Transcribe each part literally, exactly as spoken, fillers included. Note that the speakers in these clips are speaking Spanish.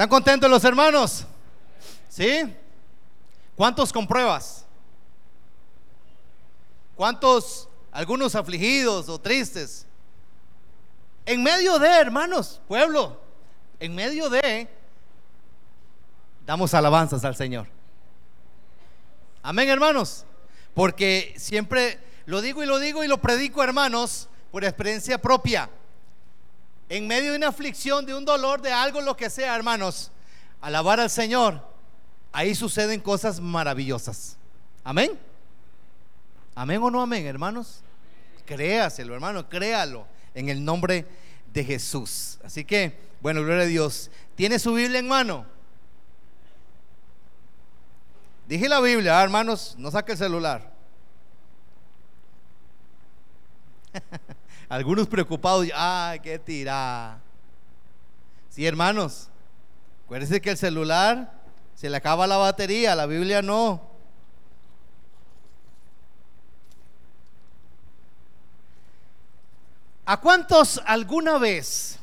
¿Están contentos los hermanos? ¿Sí? ¿Cuántos con pruebas? ¿Cuántos, algunos afligidos o tristes? En medio de, hermanos, pueblo, en medio de, damos alabanzas al Señor. Amén, hermanos. Porque siempre lo digo y lo digo y lo predico, hermanos, por experiencia propia. En medio de una aflicción, de un dolor, de algo, lo que sea, hermanos, alabar al Señor, ahí suceden cosas maravillosas. Amén. Amén o no amén, hermanos. Créaselo, hermano, créalo en el nombre de Jesús. Así que, bueno, gloria a Dios. ¿Tiene su Biblia en mano? Dije la Biblia, ah, hermanos, no saque el celular. Algunos preocupados, ay, qué tirada. Sí, hermanos, acuérdense que el celular se le acaba la batería, la Biblia no. ¿A cuántos alguna vez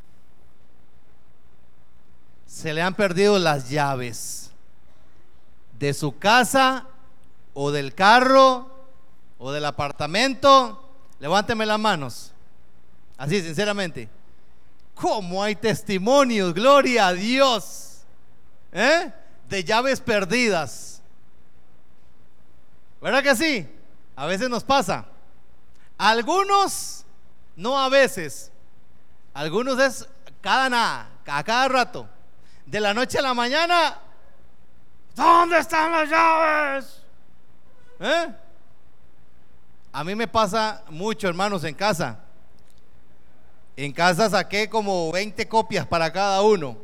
se le han perdido las llaves de su casa o del carro o del apartamento? Levánteme las manos, así sinceramente. ¿Cómo hay testimonios, gloria a Dios, ¿eh? de llaves perdidas? ¿Verdad que sí? A veces nos pasa. Algunos, no a veces. Algunos es cada nada, a cada rato. De la noche a la mañana, ¿dónde están las llaves? ¿Eh? A mí me pasa mucho, hermanos, en casa. En casa saqué como veinte copias para cada uno.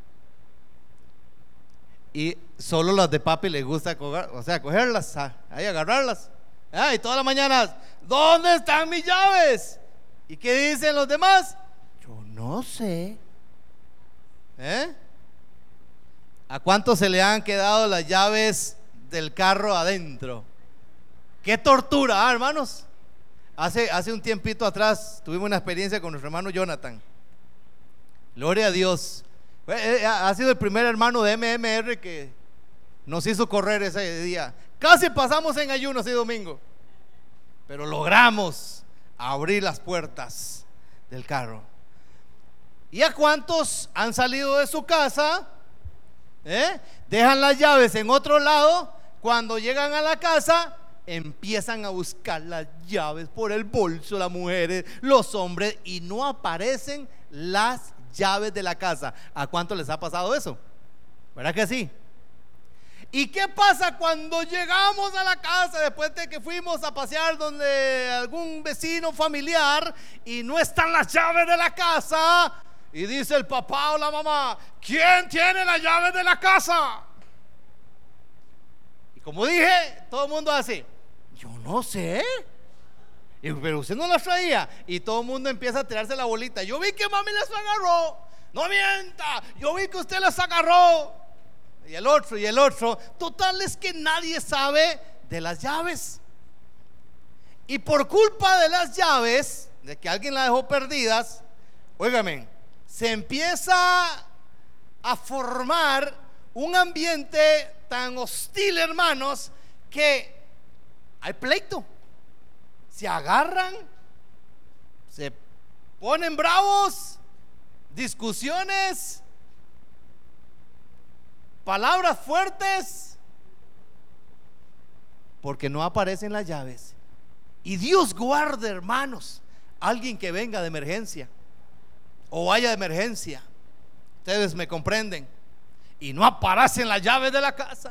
Y solo las de papi les gusta coger, o sea, cogerlas, ahí agarrarlas. Ah, y todas las mañanas, ¿dónde están mis llaves? ¿Y qué dicen los demás? Yo no sé. ¿Eh? ¿A cuántos se le han quedado las llaves del carro adentro? ¡Qué tortura, ah, hermanos! Hace, hace un tiempito atrás tuvimos una experiencia con nuestro hermano Jonathan. Gloria a Dios. Ha sido el primer hermano de M M R que nos hizo correr ese día. Casi pasamos en ayuno ese domingo, pero logramos abrir las puertas del carro. ¿Y a cuántos han salido de su casa? ¿Eh? Dejan las llaves en otro lado. Cuando llegan a la casa, empiezan a buscar las llaves por el bolso, las mujeres, los hombres, y no aparecen las llaves de la casa. ¿A cuánto les ha pasado eso? ¿Verdad que sí? ¿Y qué pasa cuando llegamos a la casa después de que fuimos a pasear donde algún vecino familiar y no están las llaves de la casa? Y dice el papá o la mamá, ¿quién tiene las llaves de la casa? Y como dije, todo el mundo así, yo no sé. Y, pero usted no las traía. Y todo el mundo empieza a tirarse la bolita. Yo vi que mami las agarró. No mienta, yo vi que usted las agarró. Y el otro, y el otro. Total es que nadie sabe de las llaves. Y por culpa de las llaves, de que alguien las dejó perdidas, óigame, se empieza a formar un ambiente tan hostil, hermanos, que hay pleito. Se agarran, se ponen bravos, discusiones, palabras fuertes, porque no aparecen las llaves. Y Dios guarde, hermanos, alguien que venga de emergencia o vaya de emergencia, ustedes me comprenden, y no aparecen las llaves de la casa,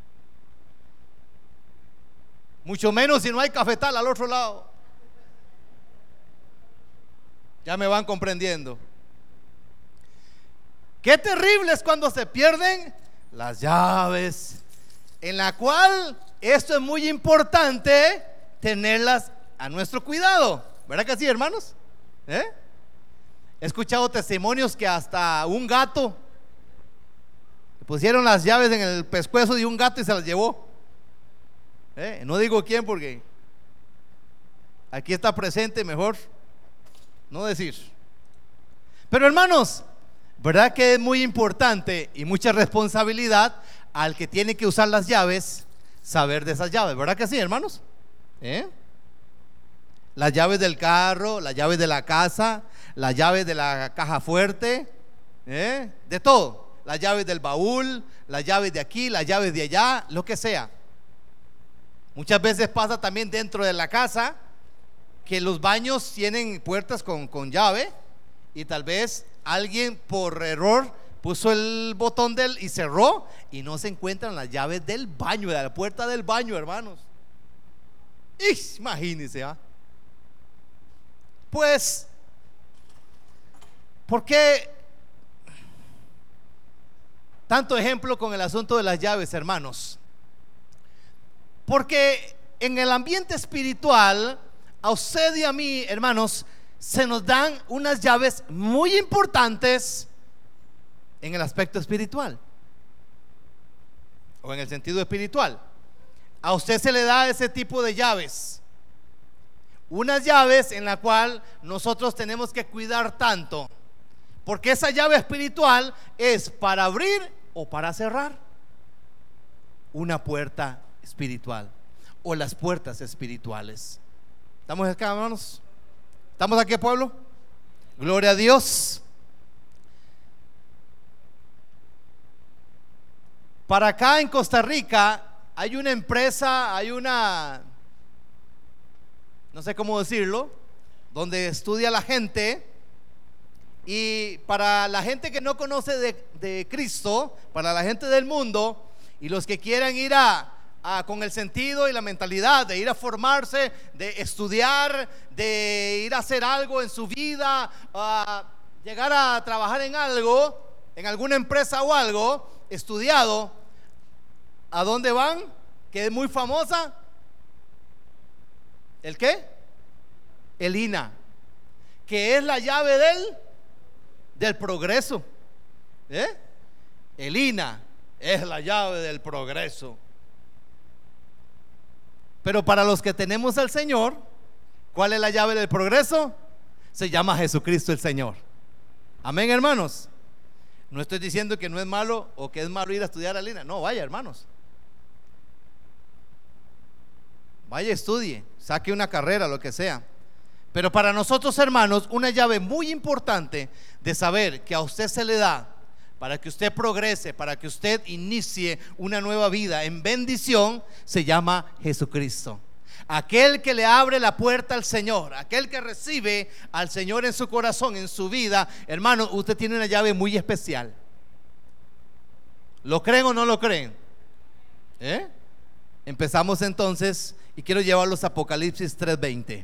mucho menos si no hay cafetal al otro lado. Ya me van comprendiendo. Qué terrible es cuando se pierden las llaves, en la cual esto es muy importante tenerlas a nuestro cuidado. ¿Verdad que sí, hermanos? ¿Eh? He escuchado testimonios que hasta un gato le pusieron las llaves en el pescuezo de un gato y se las llevó. ¿Eh? No digo quién porque aquí está presente, mejor no decir. Pero hermanos, ¿Verdad que es muy importante y mucha responsabilidad al que tiene que usar las llaves saber de esas llaves? ¿Verdad que sí, hermanos? ¿Eh? Las llaves del carro, las llaves de la casa, las llaves de la caja fuerte, ¿eh? De todo. Las llaves del baúl, las llaves de aquí, las llaves de allá, lo que sea. Muchas veces pasa también dentro de la casa que los baños tienen puertas con, con llave, y tal vez alguien por error puso el botón del y cerró, y no se encuentran las llaves del baño, de la puerta del baño, hermanos. Ish, imagínense, ¿ah? Pues, ¿por qué tanto ejemplo con el asunto de las llaves, hermanos? Porque en el ambiente espiritual, a usted y a mí, hermanos, se nos dan unas llaves muy importantes en el aspecto espiritual, o en el sentido espiritual. A usted se le da ese tipo de llaves, unas llaves en la cual nosotros tenemos que cuidar tanto, porque esa llave espiritual es para abrir o para cerrar una puerta espiritual, o las puertas espirituales. ¿Estamos acá, hermanos? ¿Estamos aquí, pueblo? Gloria a Dios. Para acá en Costa Rica hay una empresa, hay una, no sé cómo decirlo, donde estudia la gente. Y para la gente que no conoce de, de Cristo, para la gente del mundo y los que quieran ir a, a con el sentido y la mentalidad de ir a formarse, de estudiar, de ir a hacer algo en su vida, a llegar a trabajar en algo, en alguna empresa o algo, estudiado, ¿a dónde van? Que es muy famosa. ¿El qué? El I N A, que es la llave del del progreso. ¿Eh? El I N A es la llave del progreso. Pero para los que tenemos al Señor, ¿cuál es la llave del progreso? Se llama Jesucristo el Señor. Amén, hermanos. No estoy diciendo que no es malo o que es malo ir a estudiar al I N A. No, vaya, hermanos. Vaya, estudie, saque una carrera, lo que sea. Pero para nosotros, hermanos, una llave muy importante de saber que a usted se le da para que usted progrese, para que usted inicie una nueva vida en bendición, se llama Jesucristo. Aquel que le abre la puerta al Señor, aquel que recibe al Señor en su corazón, en su vida, hermano, usted tiene una llave muy especial. ¿Lo creen o no lo creen? ¿Eh? Empezamos entonces y quiero llevarlos a Apocalipsis tres veinte.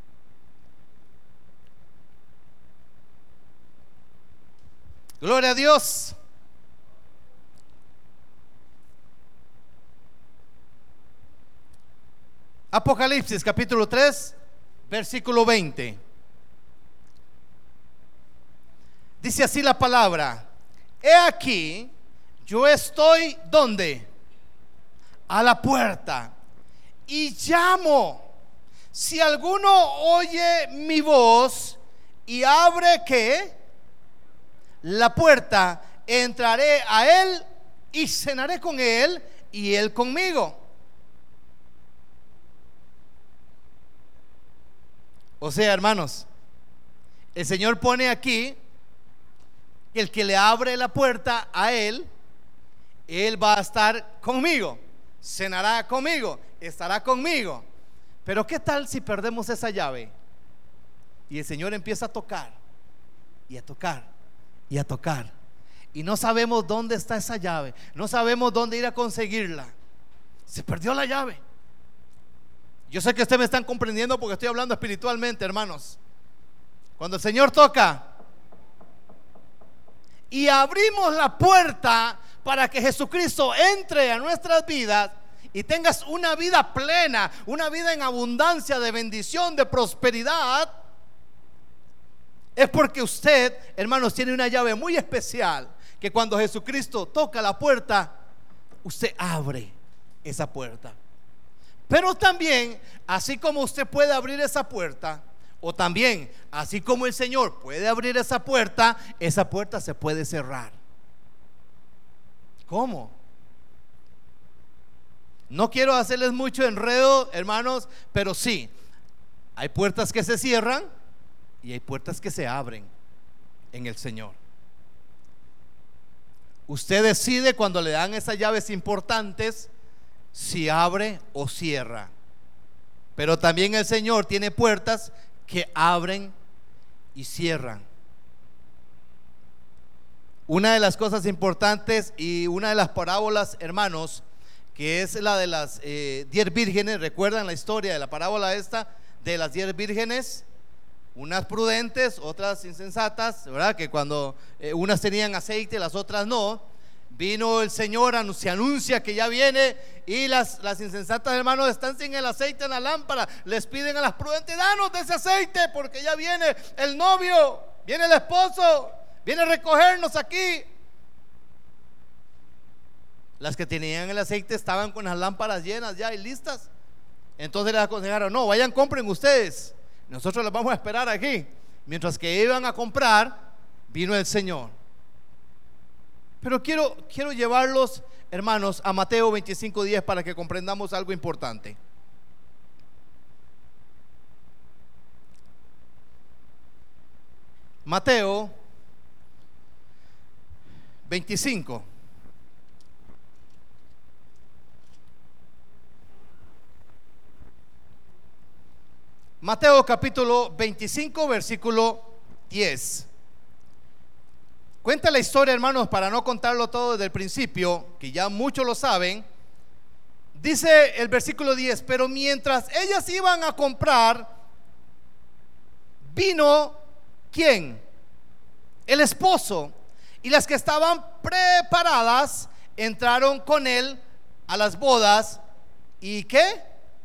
Gloria a Dios. Apocalipsis capítulo tres, versículo veinte. Dice así la palabra: he aquí, yo estoy ¿dónde? A la puerta y llamo. Si alguno oye mi voz y abre ¿qué? La puerta, entraré a él y cenaré con él y él conmigo. O sea, hermanos, el Señor pone aquí que el que le abre la puerta a él, él va a estar conmigo, cenará conmigo, estará conmigo. Pero ¿qué tal si perdemos esa llave? Y el Señor empieza a tocar y a tocar y a tocar, y no sabemos dónde está esa llave, no sabemos dónde ir a conseguirla. Se perdió la llave. Yo sé que ustedes me están comprendiendo porque estoy hablando espiritualmente, hermanos. Cuando el Señor toca y abrimos la puerta para que Jesucristo entre a nuestras vidas y tengas una vida plena, una vida en abundancia de bendición, de prosperidad, es porque usted, hermanos, tiene una llave muy especial, que cuando Jesucristo toca la puerta, usted abre esa puerta. Pero también, así como usted puede abrir esa puerta, O también, así como el Señor puede abrir esa puerta, esa puerta se puede cerrar. ¿Cómo? No quiero hacerles mucho enredo, hermanos, pero sí, hay puertas que se cierran y hay puertas que se abren en el Señor. Usted decide cuando le dan esas llaves importantes si abre o cierra. Pero también el Señor tiene puertas que abren y cierran. Una de las cosas importantes y una de las parábolas, hermanos, que es la de las eh, diez vírgenes. ¿Recuerdan la historia de la parábola esta de las diez vírgenes? Unas prudentes, otras insensatas, ¿verdad? Que cuando eh, unas tenían aceite, las otras no. Vino el Señor, se anuncia que ya viene, y las, las insensatas, hermanos, están sin el aceite en la lámpara. Les piden a las prudentes: danos de ese aceite, porque ya viene el novio, viene el esposo, viene a recogernos aquí. Las que tenían el aceite estaban con las lámparas llenas ya y listas. Entonces les aconsejaron: no, vayan, compren ustedes, nosotros las vamos a esperar aquí. Mientras que iban a comprar, vino el Señor. Pero quiero, quiero llevarlos, hermanos, a Mateo veinticinco diez para que comprendamos algo importante. Mateo veinticinco. Mateo capítulo veinticinco, versículo diez. Cuenta la historia, hermanos, para no contarlo todo desde el principio, que ya muchos lo saben. Dice el versículo diez: pero mientras ellas iban a comprar, vino ¿quién? El esposo. Y las que estaban preparadas entraron con él a las bodas. ¿Y qué?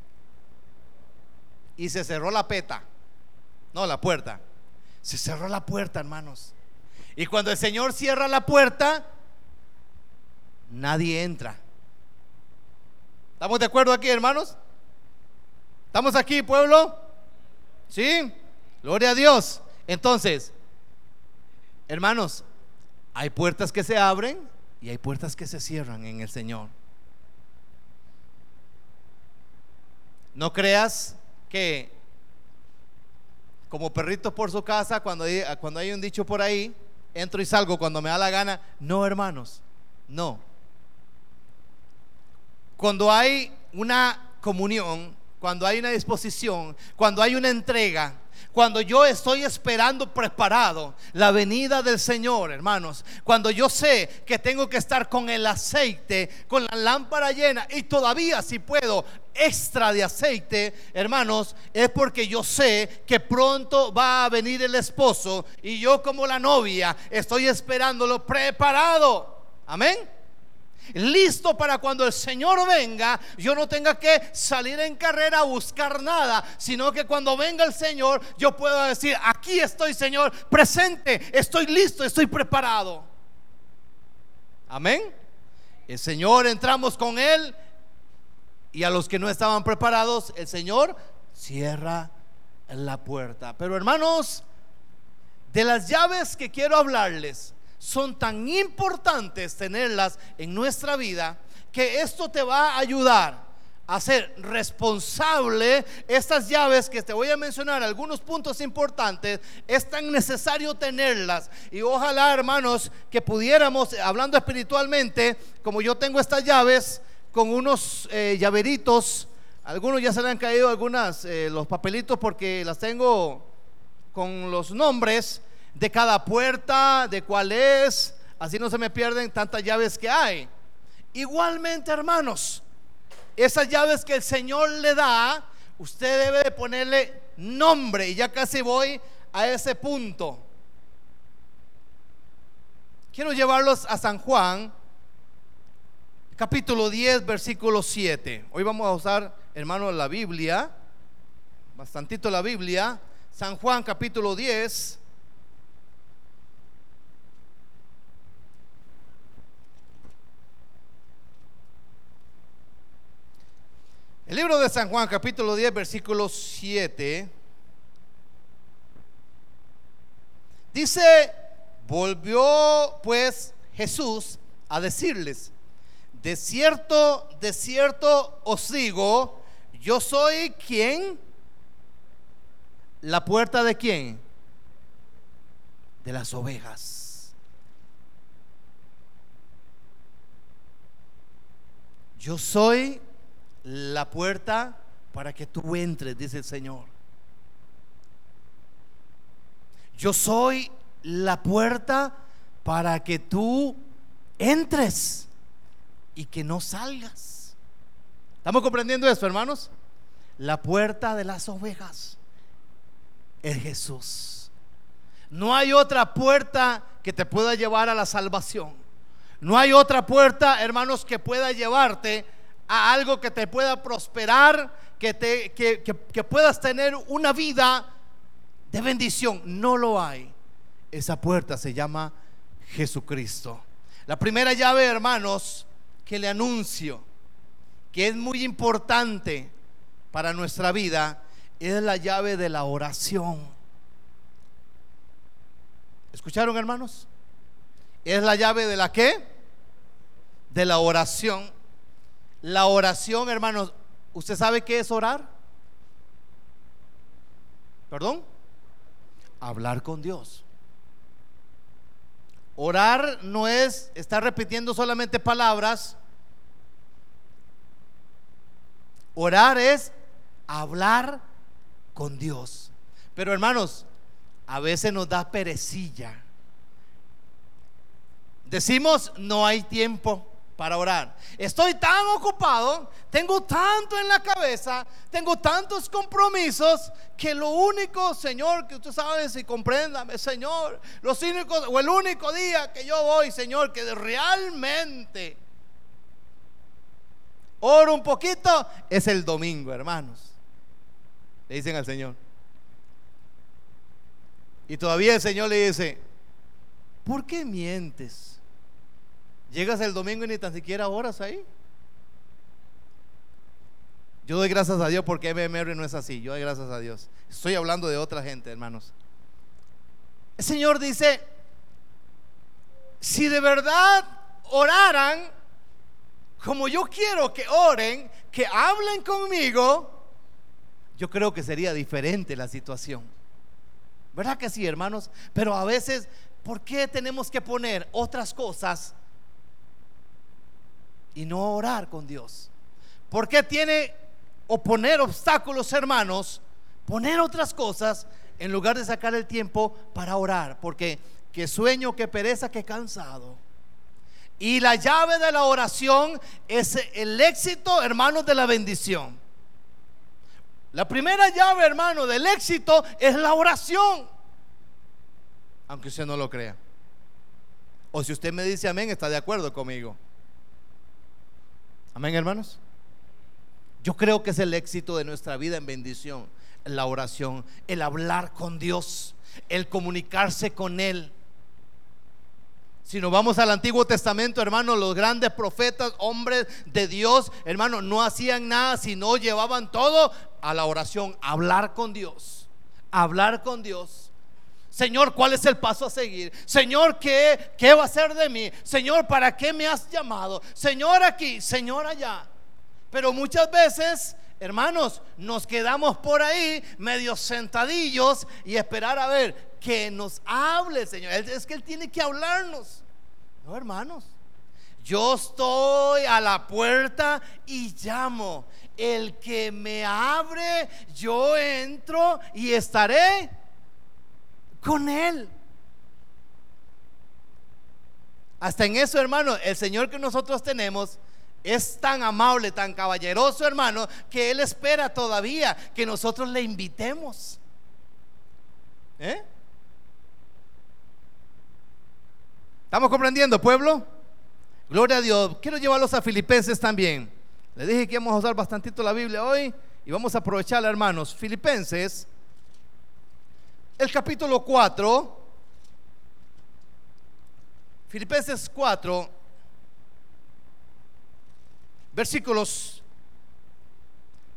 Y se cerró la peta. No, la puerta. Se cerró la puerta, hermanos. Y cuando el Señor cierra la puerta, nadie entra. ¿Estamos de acuerdo aquí, hermanos? ¿Estamos aquí, pueblo? ¿Sí? Gloria a Dios. Entonces, hermanos, hay puertas que se abren y hay puertas que se cierran en el Señor. No creas que como perritos por su casa, cuando hay, cuando hay un dicho por ahí, entro y salgo cuando me da la gana. No, hermanos, no. Cuando hay una comunión, cuando hay una disposición, cuando hay una entrega, cuando yo estoy esperando preparado la venida del Señor, hermanos, cuando yo sé que tengo que estar con el aceite, con la lámpara llena, y todavía si puedo extra de aceite, hermanos, es porque yo sé que pronto va a venir el esposo, y yo como la novia estoy esperándolo preparado. Amén. Listo para cuando el Señor venga, yo no tenga que salir en carrera a buscar nada, sino que cuando venga el Señor, yo puedo decir: aquí estoy, Señor, presente, estoy listo, estoy preparado. Amén. El Señor, entramos con Él, y a los que no estaban preparados, el Señor cierra la puerta. Pero, hermanos, de las llaves que quiero hablarles, son tan importantes tenerlas en nuestra vida, que esto te va a ayudar a ser responsable. Estas llaves que te voy a mencionar, algunos puntos importantes, es tan necesario tenerlas. Y ojalá, hermanos, que pudiéramos, hablando espiritualmente, como yo tengo estas llaves con unos eh, llaveritos, algunos ya se le han caído algunas eh, los papelitos, porque las tengo con los nombres de cada puerta, de cuál es, así no se me pierden tantas llaves que hay. Igualmente, hermanos, esas llaves que el Señor le da, usted debe de ponerle nombre. Y ya casi voy a ese punto. Quiero llevarlos a San Juan capítulo diez, versículo siete. Hoy vamos a usar, hermanos, la Biblia, bastantito la Biblia. San Juan capítulo diez. El libro de San Juan capítulo diez, versículo siete. Dice, volvió pues Jesús a decirles: de cierto, de cierto os digo, yo soy ¿quién? La puerta de ¿quién? De las ovejas. Yo soy la puerta para que tú entres, dice el Señor. Yo soy la puerta para que tú entres y que no salgas. ¿Estamos comprendiendo esto, hermanos? La puerta de las ovejas es Jesús. No hay otra puerta que te pueda llevar a la salvación. No hay otra puerta, hermanos, que pueda llevarte a algo que te pueda prosperar, que, te, que, que, que puedas tener una vida de bendición. No lo hay. Esa puerta se llama Jesucristo. La primera llave, hermanos, que le anuncio, que es muy importante para nuestra vida, es la llave de la oración. ¿Escucharon, hermanos? Es la llave de la ¿qué? De la oración. La oración, hermanos, ¿usted sabe qué es orar? ¿Perdón? Hablar con Dios. Orar no es estar repitiendo solamente palabras. Orar es hablar con Dios. Pero, hermanos, a veces nos da perecilla. Decimos, no hay tiempo para orar. Estoy tan ocupado, tengo tanto en la cabeza, tengo tantos compromisos, que lo único, Señor, que usted sabe, si compréndame, Señor, los únicos, o el único día que yo voy, Señor, que realmente oro un poquito, es el domingo, hermanos. Le dicen al Señor. Y todavía el Señor le dice: ¿por qué mientes? Llegas el domingo y ni tan siquiera oras ahí. Yo doy gracias a Dios porque M M R no es así. Yo doy gracias a Dios. Estoy hablando de otra gente, hermanos. El Señor dice: si de verdad oraran como yo quiero que oren, que hablen conmigo, yo creo que sería diferente la situación. ¿Verdad que sí, hermanos? Pero a veces, ¿por qué tenemos que poner otras cosas y no orar con Dios? ¿Por qué tiene o poner obstáculos, hermanos, poner otras cosas en lugar de sacar el tiempo para orar? Porque qué sueño, qué pereza, qué cansado. Y la llave de la oración es el éxito, hermanos, de la bendición. La primera llave, hermano, del éxito es la oración, aunque usted no lo crea. O si usted me dice amén, está de acuerdo conmigo. Amén, hermanos. Yo creo que es el éxito de nuestra vida en bendición, la oración, el hablar con Dios, el comunicarse con Él. Si nos vamos al Antiguo Testamento, hermano, los grandes profetas, hombres de Dios, hermano, no hacían nada, sino llevaban todo a la oración, a hablar con Dios, a hablar con Dios. Señor, ¿cuál es el paso a seguir? Señor, ¿qué, qué va a hacer de mí? Señor, ¿para qué me has llamado? Señor, aquí, Señor, allá. Pero muchas veces, hermanos, nos quedamos por ahí medio sentadillos y esperar a ver que nos hable, Señor. Es que Él tiene que hablarnos. No, hermanos, yo estoy a la puerta y llamo. El que me abre, yo entro y estaré con Él. Hasta en eso, hermano, el Señor que nosotros tenemos es tan amable, tan caballeroso, hermano, que Él espera todavía que nosotros le invitemos. ¿Eh? ¿Estamos comprendiendo, pueblo? Gloria a Dios. Quiero llevarlos a Filipenses también. Les dije que íbamos a usar bastantito la Biblia hoy y vamos a aprovecharla, hermanos. Filipenses, el capítulo cuatro. Filipenses cuatro, versículos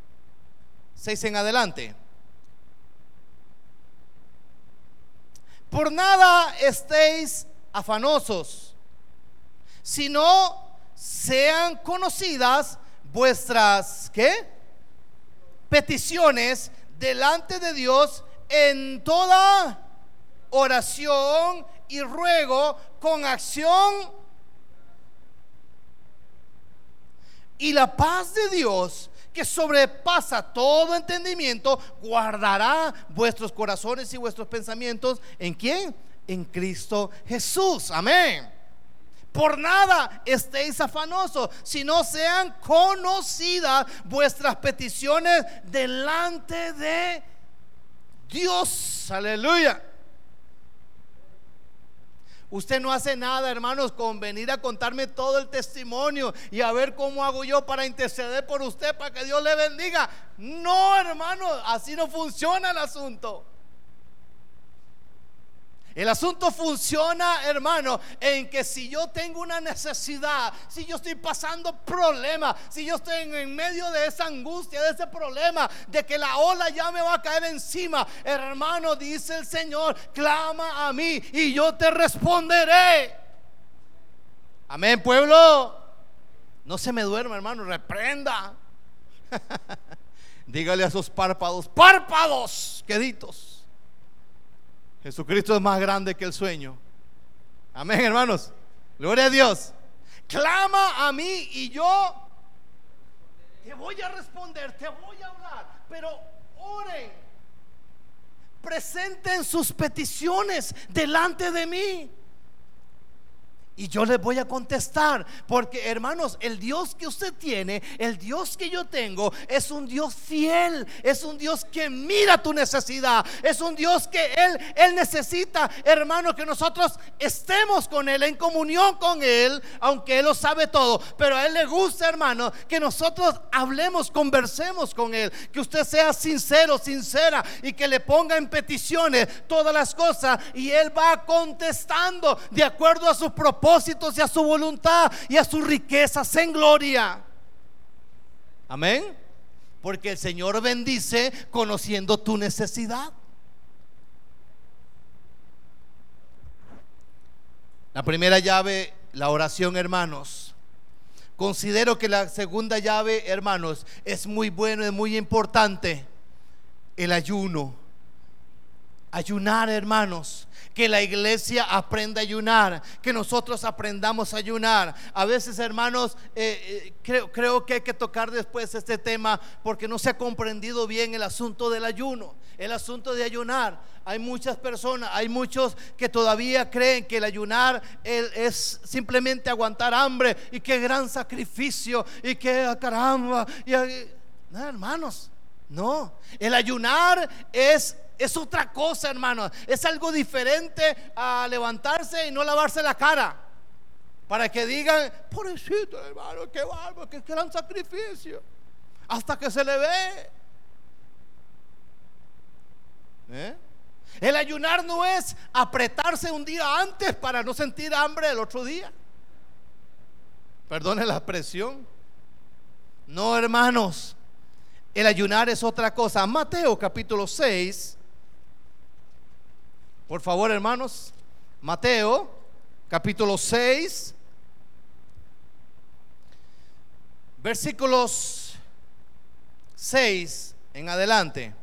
seis en adelante. por nada estéis afanosos, sino sean conocidas vuestras ¿qué? Peticiones delante de Dios en toda oración y ruego con acción, y la paz de Dios, que sobrepasa todo entendimiento, guardará vuestros corazones y vuestros pensamientos. ¿En quién? En Cristo Jesús. Amén. Por nada estéis afanosos, sino sean conocidas vuestras peticiones delante de Dios. Aleluya. Usted no hace nada, hermanos, con venir a contarme todo el testimonio y a ver cómo hago yo para interceder por usted, para que Dios le bendiga. No, hermano, así no funciona el asunto. El asunto funciona, hermano, en que si yo tengo una necesidad, si yo estoy pasando problemas, si yo estoy en medio de esa angustia, de ese problema, de que la ola ya me va a caer encima, hermano, dice el Señor, clama a mí y yo te responderé. Amén, pueblo. No se me duerma, hermano, reprenda. Dígale a sus párpados, párpados queditos, Jesucristo es más grande que el sueño. Amén, hermanos. Gloria a Dios. Clama a mí y yo te voy a responder, te voy a hablar. Pero oren, presenten sus peticiones delante de mí y yo les voy a contestar. Porque, hermanos, el Dios que usted tiene, el Dios que yo tengo, es un Dios fiel. Es un Dios que mira tu necesidad. Es un Dios que Él, Él necesita, hermano, que nosotros estemos con Él, en comunión con Él, aunque Él lo sabe todo. Pero a Él le gusta, hermano, que nosotros hablemos, conversemos con Él. Que usted sea sincero, sincera, y que le ponga en peticiones todas las cosas, y Él va contestando de acuerdo a sus propósitos y a su voluntad y a sus riquezas en gloria. Amén. Porque el Señor bendice conociendo tu necesidad. La primera llave, la oración, hermanos. Considero que la segunda llave, hermanos, es muy bueno, es muy importante. El ayuno. Ayunar, hermanos. Que la iglesia aprenda a ayunar, que nosotros aprendamos a ayunar. A veces, hermanos, eh, eh, creo, creo que hay que tocar después este tema, porque no se ha comprendido bien el asunto del ayuno, el asunto de ayunar. Hay muchas personas, hay muchos que todavía creen que el ayunar el, es simplemente aguantar hambre, y qué gran sacrificio, y que ah, caramba, y, no, hermanos, no. El ayunar es Es otra cosa, hermano. Es algo diferente a levantarse y no lavarse la cara, para que digan, pobrecito, hermano, qué bárbaro, qué gran sacrificio, hasta que se le ve. ¿Eh? El ayunar no es apretarse un día antes para no sentir hambre el otro día. Perdone la expresión. No, hermanos. El ayunar es otra cosa. Mateo capítulo seis. Por favor, hermanos, Mateo capítulo seis, versículos seis en adelante.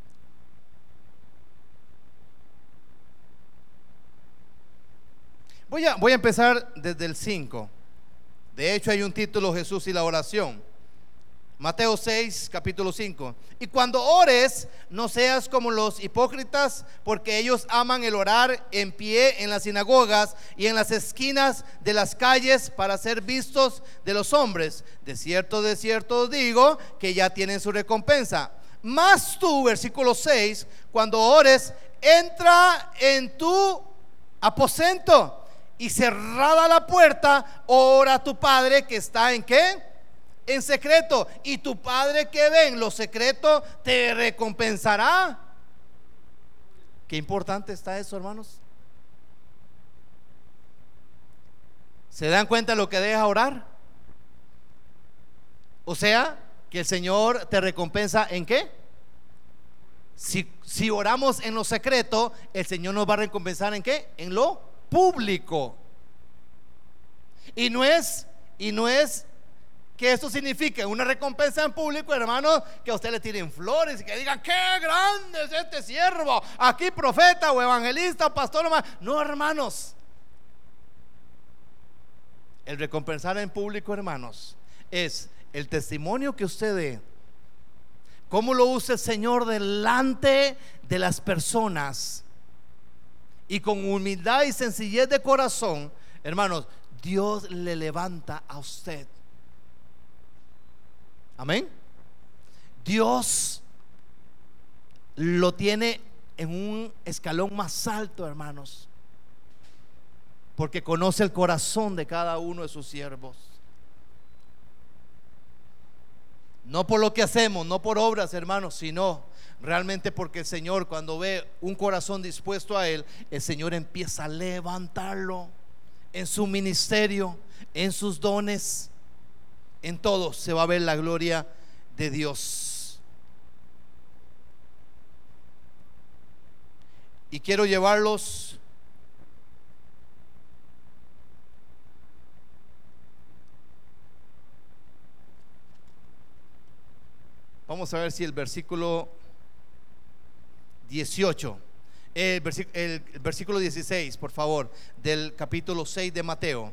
Voy a, voy a empezar desde el cinco. De hecho, hay un título: Jesús y la oración. Mateo seis, capítulo cinco. Y cuando ores, no seas como los hipócritas, porque ellos aman el orar en pie en las sinagogas y en las esquinas de las calles para ser vistos de los hombres. De cierto, de cierto os digo que ya tienen su recompensa. Mas tú, versículo seis, cuando ores, entra en tu aposento y cerrada la puerta, ora a tu Padre que está en ¿qué? En secreto, y tu Padre que ve en lo secreto te recompensará. Qué importante está eso, hermanos. ¿Se dan cuenta de lo que deja orar? O sea, que el Señor te recompensa ¿en qué? Si, si oramos en lo secreto, el Señor nos va a recompensar ¿en qué? En lo público. Y no es, y no es que esto signifique una recompensa en público, hermano, que a usted le tiren flores y que digan qué grande es este siervo, aquí profeta o evangelista o pastor. No, hermanos, el recompensar en público, hermanos, es el testimonio que usted dé, cómo lo usa el Señor delante de las personas, y con humildad y sencillez de corazón, hermanos, Dios le levanta a usted. Amén. Dios lo tiene en un escalón más alto, hermanos, porque conoce el corazón de cada uno de sus siervos. No por lo que hacemos, no por obras, hermanos, sino realmente porque el Señor, cuando ve un corazón dispuesto a Él, el Señor empieza a levantarlo en su ministerio, en sus dones, en todo se va a ver la gloria de Dios. Y quiero llevarlos vamos a ver si el versículo dieciocho, el versículo, el versículo dieciséis, por favor, del capítulo seis de Mateo.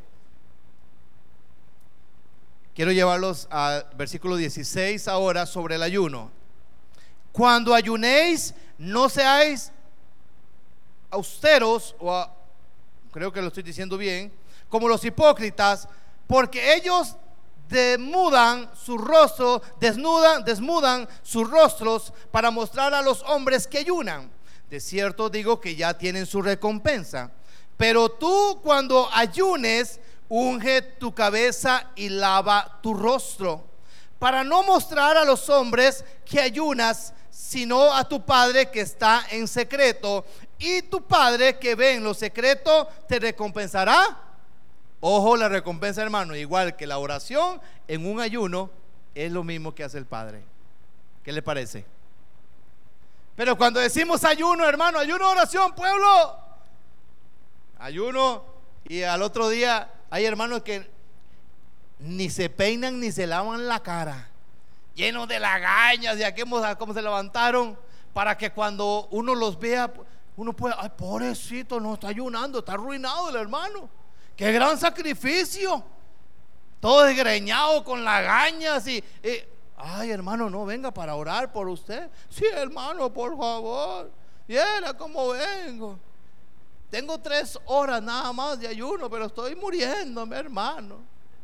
Quiero llevarlos al versículo dieciséis ahora, sobre el ayuno. Cuando ayunéis, no seáis austeros, o a, creo que lo estoy diciendo bien, como los hipócritas, porque ellos desmudan su rostro, desnudan, desmudan sus rostros para mostrar a los hombres que ayunan. De cierto digo que ya tienen su recompensa. Pero tú, cuando ayunes, unge tu cabeza y lava tu rostro, para no mostrar a los hombres que ayunas, sino a tu Padre que está en secreto, y tu Padre que ve en lo secreto te recompensará. Ojo, la recompensa, hermano, igual que la oración en un ayuno, es lo mismo que hace el Padre. ¿Qué le parece? Pero cuando decimos ayuno, hermano, ayuno, oración, pueblo, ayuno, y al otro día hay hermanos que ni se peinan ni se lavan la cara, llenos de lagañas, de aquí cómo se levantaron, para que cuando uno los vea, uno pueda, ay, pobrecito, no está ayunando, está arruinado el hermano. Qué gran sacrificio, todo desgreñado con lagañas y, y ay, hermano, no, venga para orar por usted. Sí, hermano, por favor, viera cómo vengo. Tengo tres horas nada más de ayuno, pero estoy muriéndome, hermano.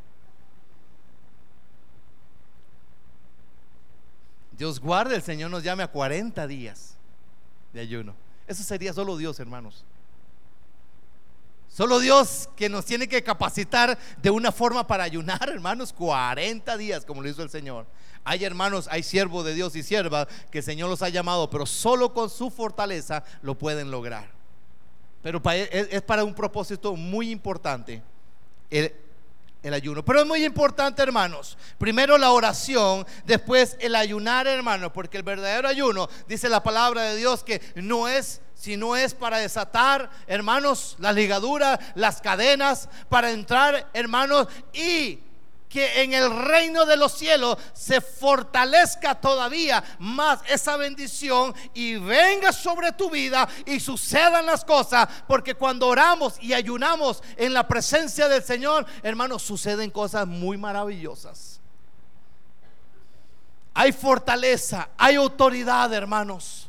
Dios guarde, el Señor nos llame a cuarenta días de ayuno. Eso sería solo Dios, hermanos. Solo Dios, que nos tiene que capacitar de una forma para ayunar, hermanos, cuarenta días, como lo hizo el Señor. Hay hermanos, hay siervos de Dios y siervas que el Señor los ha llamado, pero solo con su fortaleza lo pueden lograr. Pero es para un propósito muy importante el, el ayuno. Pero es muy importante, hermanos, primero la oración, después el ayunar, hermanos, porque el verdadero ayuno, dice la palabra de Dios, que no es, si no es para desatar, hermanos, las ligaduras, las cadenas, para entrar, hermanos, y que en el reino de los cielos se fortalezca todavía más esa bendición y venga sobre tu vida y sucedan las cosas, porque cuando oramos y ayunamos en la presencia del Señor, hermanos, suceden cosas muy maravillosas. Hay fortaleza, hay autoridad, hermanos.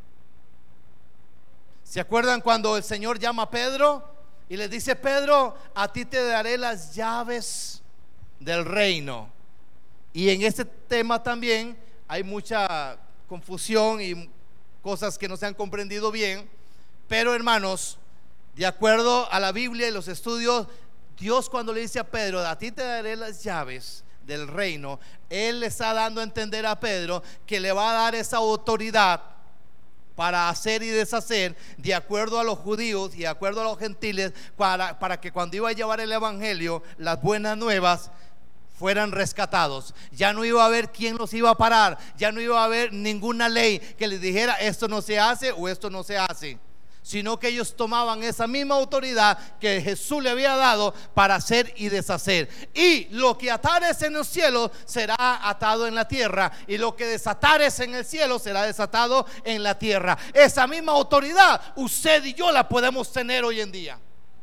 ¿Se acuerdan cuando el Señor llama a Pedro y le dice: Pedro, a ti te daré las llaves del reino? Y en este tema también hay mucha confusión y cosas que no se han comprendido bien. Pero, hermanos, de acuerdo a la Biblia y los estudios, Dios, cuando le dice a Pedro: a ti te daré las llaves del reino, Él le está dando a entender a Pedro que le va a dar esa autoridad para hacer y deshacer de acuerdo a los judíos y de acuerdo a los gentiles, para, para que cuando iba a llevar el evangelio, las buenas nuevas, fueran rescatados. Ya no iba a haber quien los iba a parar, ya no iba a haber ninguna ley que les dijera esto no se hace o esto no se hace, sino que ellos tomaban esa misma autoridad que Jesús le había dado para hacer y deshacer. Y lo que atares en los cielos será atado en la tierra, y lo que desatares en el cielo será desatado en la tierra. Esa misma autoridad usted y yo la podemos tener hoy en día.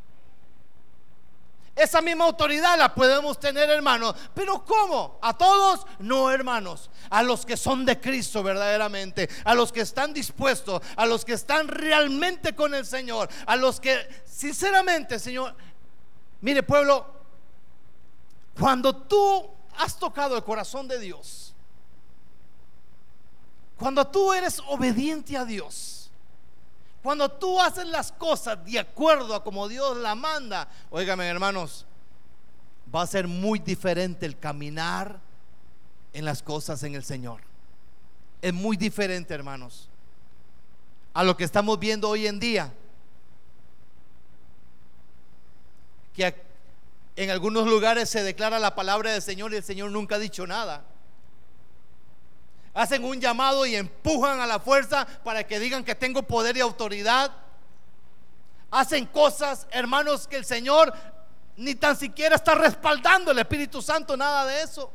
Esa misma autoridad la podemos tener, hermanos. Pero ¿cómo? ¿A todos? No, hermanos. A los que son de Cristo verdaderamente, a los que están dispuestos, a los que están realmente con el Señor, a los que sinceramente, Señor, mire, pueblo, cuando tú has tocado el corazón de Dios, cuando tú eres obediente a Dios, cuando tú haces las cosas de acuerdo a como Dios la manda, óigame, hermanos, va a ser muy diferente el caminar en las cosas en el Señor. Es muy diferente, hermanos, a lo que estamos viendo hoy en día, que en algunos lugares se declara la palabra del Señor y el Señor nunca ha dicho nada. Hacen un llamado y empujan a la fuerza para que digan que tengo poder y autoridad. Hacen cosas, hermanos, que el Señor ni tan siquiera está respaldando, el Espíritu Santo, nada de eso.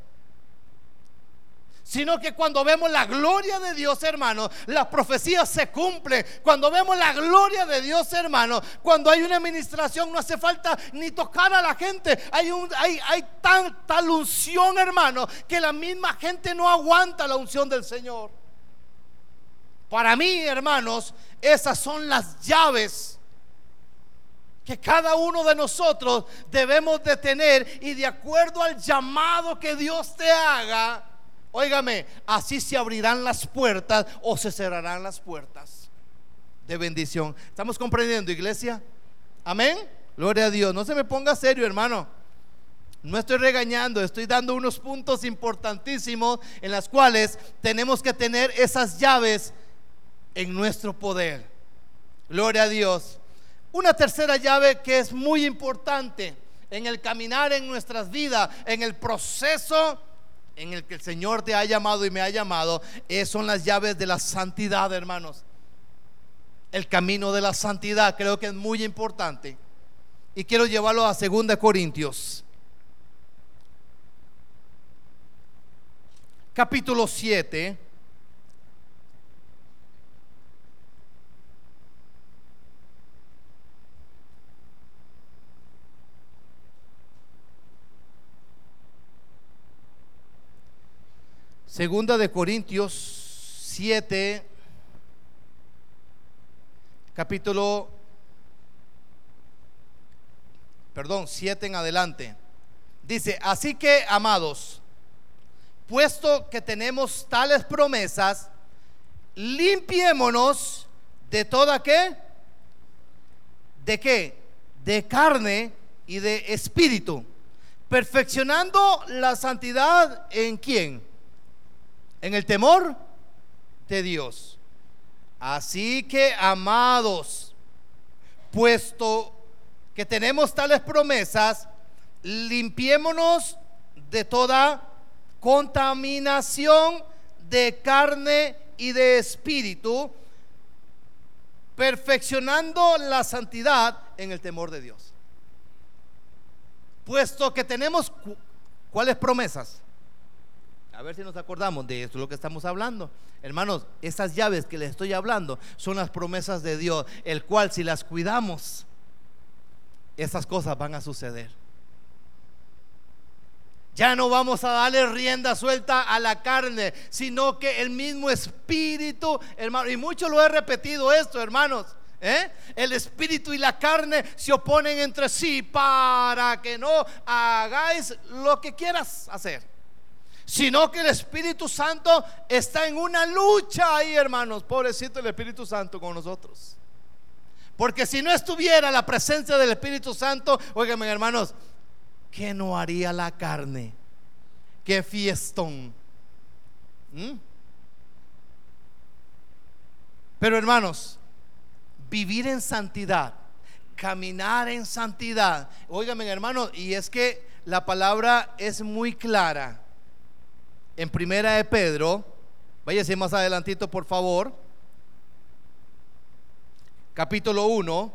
Sino que cuando vemos la gloria de Dios, hermano, las profecías se cumplen. Cuando vemos la gloria de Dios, hermano, cuando hay una administración, no hace falta ni tocar a la gente. Hay, un, hay, hay tan, tal unción, hermano, que la misma gente no aguanta la unción del Señor. Para mí, hermanos, esas son las llaves que cada uno de nosotros debemos de tener. Y de acuerdo al llamado que Dios te haga, óigame, así se abrirán las puertas o se cerrarán las puertas de bendición. ¿Estamos comprendiendo, iglesia? Amén. Gloria a Dios. No se me ponga serio, hermano. No estoy regañando, estoy dando unos puntos importantísimos en las cuales tenemos que tener esas llaves en nuestro poder. Gloria a Dios. Una tercera llave que es muy importante en el caminar en nuestras vidas, en el proceso en el que el Señor te ha llamado y me ha llamado, es, son las llaves de la santidad, hermanos. El camino de la santidad creo que es muy importante, y quiero llevarlo a segunda Corintios capítulo siete. Segunda de Corintios siete, capítulo, perdón, siete en adelante. Dice: así que, amados, puesto que tenemos tales promesas, limpiémonos de toda ¿qué? ¿De qué? De carne y de espíritu, perfeccionando la santidad ¿en quién? En el temor de Dios. Así que, amados, puesto que tenemos tales promesas, limpiémonos de toda contaminación de carne y de espíritu, perfeccionando la santidad en el temor de Dios. Puesto que tenemos, ¿cuáles promesas? A ver si nos acordamos de esto, lo que estamos hablando. Hermanos, esas llaves que les estoy hablando son las promesas de Dios, el cual, si las cuidamos, esas cosas van a suceder. Ya no vamos a darle rienda suelta a la carne, sino que el mismo espíritu, hermano, y mucho lo he repetido esto, hermanos, ¿eh? El espíritu y la carne se oponen entre sí para que no hagáis lo que quieras hacer, sino que el Espíritu Santo está en una lucha ahí, hermanos. Pobrecito el Espíritu Santo con nosotros, porque si no estuviera la presencia del Espíritu Santo, óigame, hermanos, ¿qué no haría la carne? ¡Qué fiestón! ¿Mm? Pero, hermanos, vivir en santidad, caminar en santidad. Óigame, hermano, y es que la palabra es muy clara. En primera de Pedro, váyase más adelantito por favor, capítulo uno,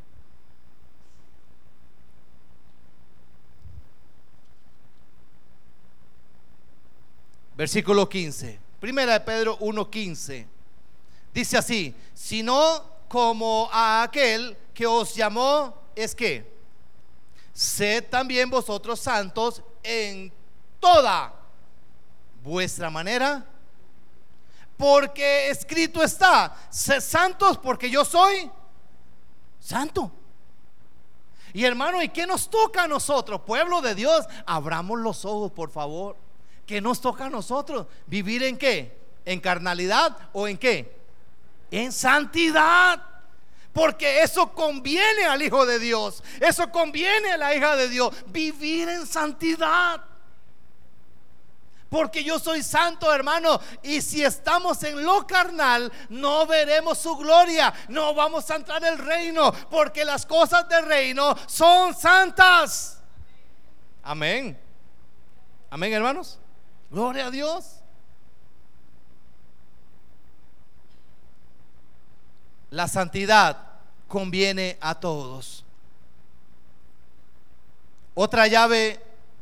versículo quince. Primera de Pedro uno quince. Dice así: sino como a aquel que os llamó es que sed también vosotros santos en toda vuestra manera, porque escrito está: sed santos porque yo soy santo. Y hermano, ¿y qué nos toca a nosotros, pueblo de Dios? Abramos los ojos, por favor. ¿Qué nos toca a nosotros? ¿Vivir en qué? ¿En carnalidad o en qué? En santidad. Porque eso conviene al Hijo de Dios, eso conviene a la hija de Dios, vivir en santidad. Porque yo soy santo, hermano, y si estamos en lo carnal, no veremos su gloria, no vamos a entrar al reino, porque las cosas del reino son santas. Amén. Amén, hermanos. Gloria a Dios. La santidad conviene a todos. Otra llave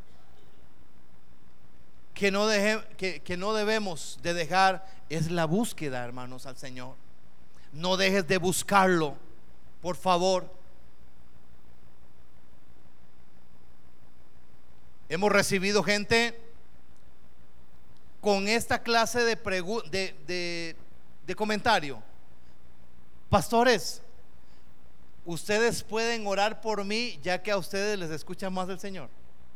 que no, deje, que, que no debemos de dejar es la búsqueda, hermanos, al Señor. No dejes de buscarlo, por favor. Hemos recibido gente con esta clase de, pregu- de, de, de comentario: pastores, ustedes pueden orar por mí, ya que a ustedes les escucha más el Señor.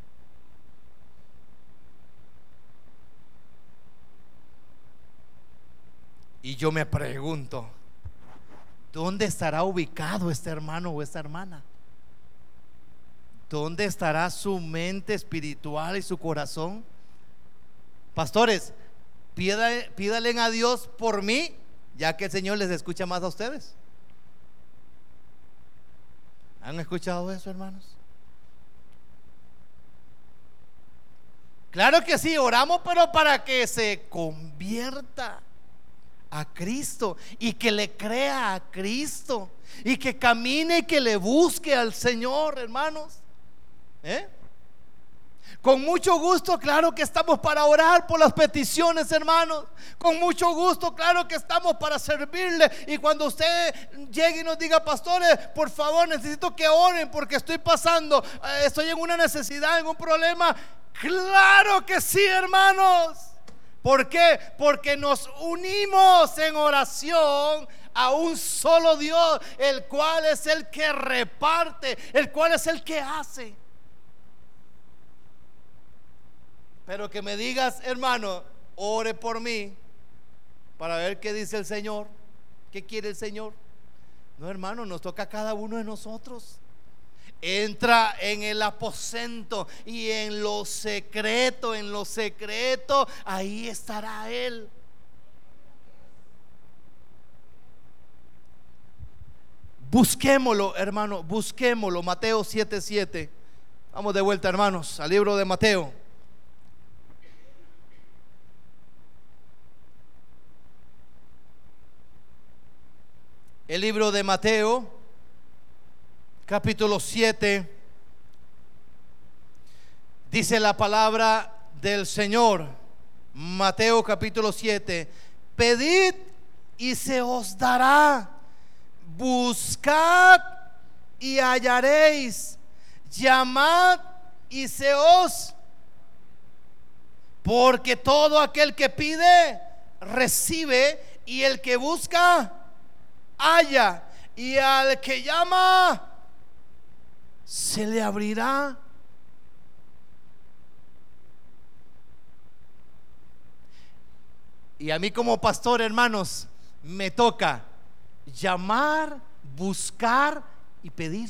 Y yo me pregunto, ¿dónde estará ubicado este hermano o esta hermana? ¿Dónde estará su mente espiritual y su corazón? Pastores, pídale, pídale a Dios por mí, ya que el Señor les escucha más a ustedes. ¿Han escuchado eso, hermanos? Claro que sí, oramos, pero para que se convierta a Cristo y que le crea a Cristo y que camine y que le busque al Señor, hermanos. ¿Eh? Con mucho gusto, claro que estamos para orar por las peticiones, hermanos. Con mucho gusto, claro que estamos para servirle. Y cuando usted llegue y nos diga: pastores, por favor, necesito que oren porque estoy pasando, eh, estoy en una necesidad, en un problema. Claro que sí, hermanos. ¿Por qué? Porque nos unimos en oración a un solo Dios, el cual es el que reparte, el cual es el que hace. Pero que me digas: hermano, ore por mí, para ver qué dice el Señor, qué quiere el Señor. No, hermano, nos toca a cada uno de nosotros. Entra en el aposento y en lo secreto, en lo secreto, ahí estará Él. Busquémoslo, hermano, busquémoslo. Mateo siete siete. Vamos de vuelta, hermanos, al libro de Mateo. El libro de Mateo, capítulo siete, dice la palabra del Señor. Mateo capítulo siete: pedid y se os dará, buscad y hallaréis, llamad y se os, porque todo aquel que pide recibe, y el que busca halla, y al que llama se le abrirá. Y a mí como pastor, hermanos, me toca llamar, buscar y pedir.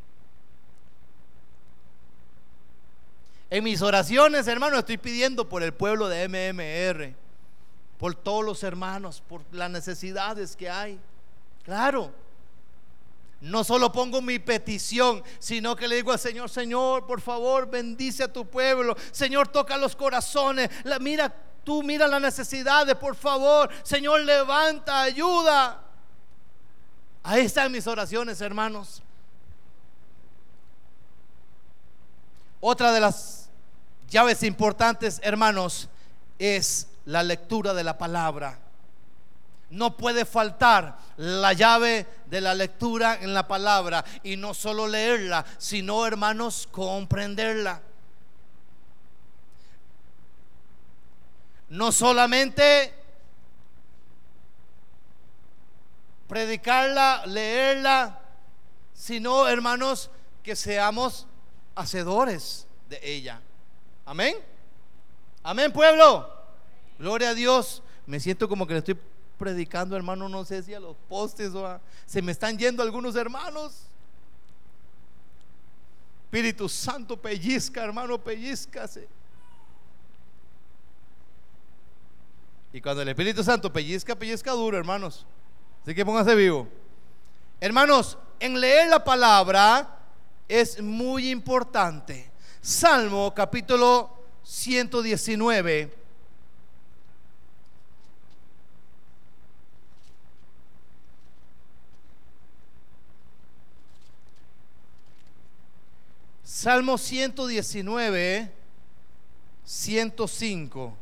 En mis oraciones, hermanos, estoy pidiendo por el pueblo de M M R, por todos los hermanos, por las necesidades que hay. Claro, no solo pongo mi petición, sino que le digo al Señor: Señor, por favor, bendice a tu pueblo. Señor, toca los corazones. La, mira, tú mira las necesidades, por favor. Señor, levanta, ayuda. Ahí están mis oraciones, hermanos. Otra de las llaves importantes, hermanos, es la lectura de la palabra. No puede faltar la llave de la lectura en la palabra. Y no solo leerla, sino, hermanos, comprenderla. No solamente predicarla, leerla, sino, hermanos, que seamos hacedores de ella. Amén. Amén, pueblo. Gloria a Dios. Me siento como que le estoy predicando, hermano, no sé si a los postes o a, se me están yendo algunos hermanos. Espíritu Santo, pellizca, hermano, pellizcase. Y cuando el Espíritu Santo pellizca, pellizca duro, hermanos. Así que póngase vivo. Hermanos, en leer la palabra es muy importante. Salmo capítulo ciento diecinueve. Salmo ciento diecinueve, ciento cinco.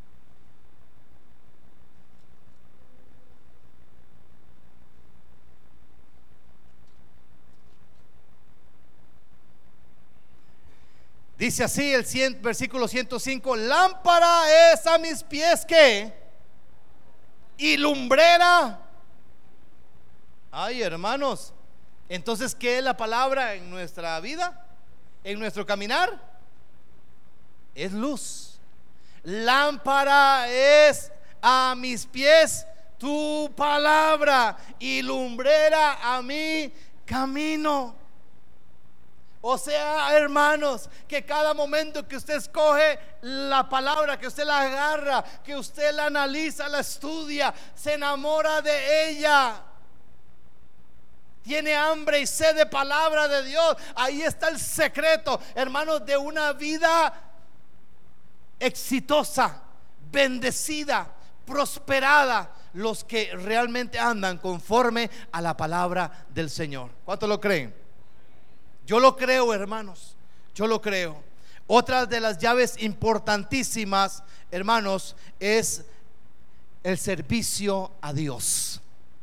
Dice así el cien, versículo ciento cinco: lámpara es a mis pies que y lumbrera. Ay, hermanos, entonces, ¿qué es la palabra en nuestra vida? En nuestro caminar es luz. Lámpara es a mis pies tu palabra y lumbrera a mi camino. O sea, hermanos, que cada momento que usted escoge la palabra, que usted la agarra, que usted la analiza, la estudia, se enamora de ella, tiene hambre y sed de palabra de Dios. Ahí está el secreto, hermanos, de una vida exitosa, bendecida, prosperada, los que realmente andan conforme a la palabra del Señor. ¿Cuántos lo creen? Yo lo creo, hermanos, yo lo creo. Otra de las llaves importantísimas, hermanos, es el servicio a Dios.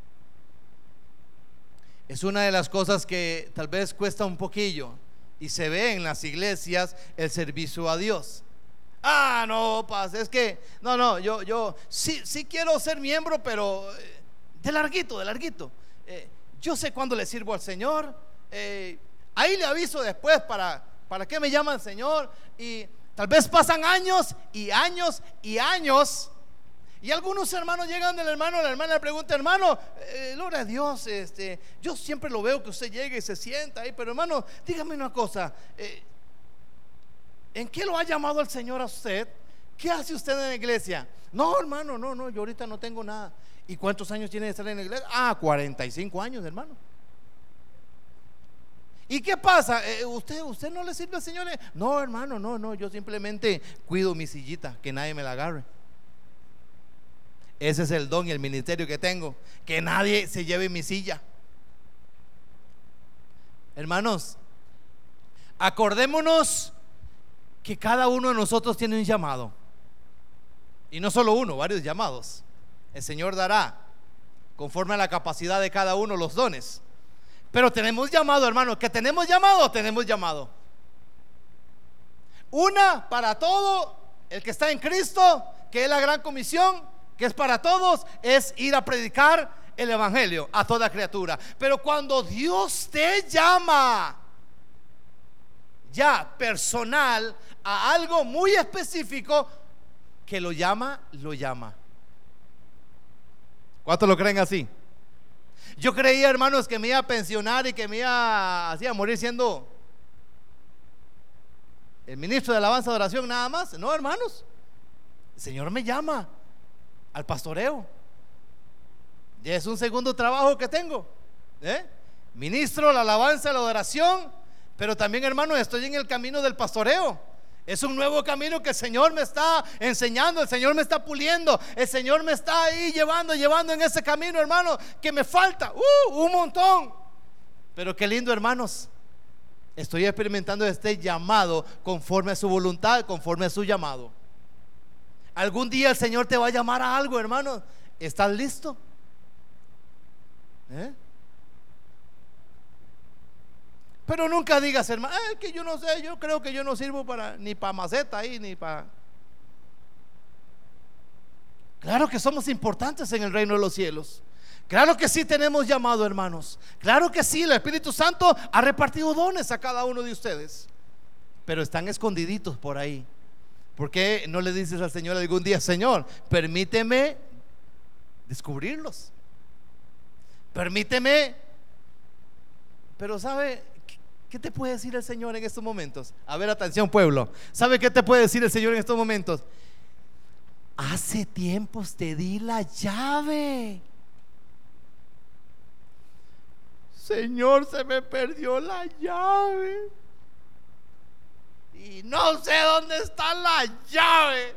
Es una de las cosas que tal vez cuesta un poquillo y se ve en las iglesias, el servicio a Dios. Ah, no, pasa, es que no, no, yo, yo sí, sí quiero ser miembro, pero de larguito, de larguito. Eh, yo sé cuándo le sirvo al Señor. Eh, ahí le aviso después para, para qué me llama el Señor. Y tal vez pasan años y años y años. Y algunos hermanos llegan del hermano, la hermana le pregunta: hermano, eh, gloria a Dios, este, yo siempre lo veo que usted llega y se sienta ahí, pero hermano, dígame una cosa, eh, ¿en qué lo ha llamado el Señor a usted? ¿Qué hace usted en la iglesia? No, hermano, no, no, yo ahorita no tengo nada. ¿Y cuántos años tiene de estar en la iglesia? Ah, cuarenta y cinco años, hermano. ¿Y qué pasa? Eh, ¿Usted, usted no le sirve al Señor? No, hermano, no, no, yo simplemente cuido mi sillita, que nadie me la agarre. Ese es el don y el ministerio que tengo, que nadie se lleve mi silla. Hermanos, acordémonos que cada uno de nosotros tiene un llamado. Y no solo uno, varios llamados. El Señor dará conforme a la capacidad de cada uno los dones. Pero tenemos llamado, hermanos. ¿Que tenemos llamado? Tenemos llamado. Una para todo el que está en Cristo, que es la gran comisión, que es para todos, es ir a predicar el evangelio a toda criatura. Pero cuando Dios te llama ya personal a algo muy específico, que lo llama, lo llama. ¿Cuántos lo creen así? Yo creía, hermanos, que me iba a pensionar y que me iba así a morir siendo el ministro de alabanza de oración nada más. No, hermanos, el Señor me llama al pastoreo. Ya es un segundo trabajo que tengo, ¿eh? ministro la alabanza, la adoración, pero también, hermano, estoy en el camino del pastoreo. Es un nuevo camino que el Señor me está enseñando, el Señor me está puliendo, el Señor me está ahí llevando, llevando en ese camino, hermano, que me falta uh, un montón. Pero qué lindo, hermanos, estoy experimentando este llamado conforme a su voluntad, conforme a su llamado. Algún día el Señor te va a llamar a algo, hermano. ¿Estás listo? ¿Eh? Pero nunca digas, hermano, es que yo no sé, yo creo que yo no sirvo para ni para maceta ahí, ni para... Claro que somos importantes en el reino de los cielos. Claro que sí tenemos llamado, hermanos. Claro que sí, el Espíritu Santo ha repartido dones a cada uno de ustedes, pero están escondiditos por ahí. ¿Por qué no le dices al Señor algún día: Señor, permíteme descubrirlos? Permíteme. Pero ¿sabe qué te puede decir el Señor en estos momentos? A ver, atención, pueblo. ¿Sabe qué te puede decir el Señor en estos momentos? Hace tiempos te di la llave. Señor, se me perdió la llave y no sé dónde está la llave.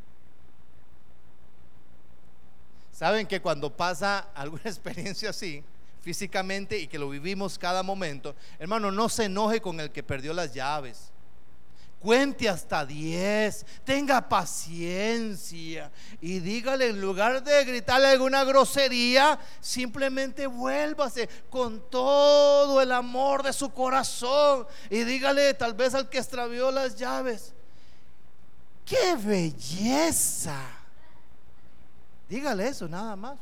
Saben que cuando pasa alguna experiencia así físicamente y que lo vivimos cada momento, hermano, no se enoje con el que perdió las llaves. Cuente hasta diez, tenga paciencia y dígale, en lugar de gritarle alguna grosería, simplemente vuélvase con todo el amor de su corazón y dígale, tal vez al que extravió las llaves: ¡qué belleza! Dígale eso nada más.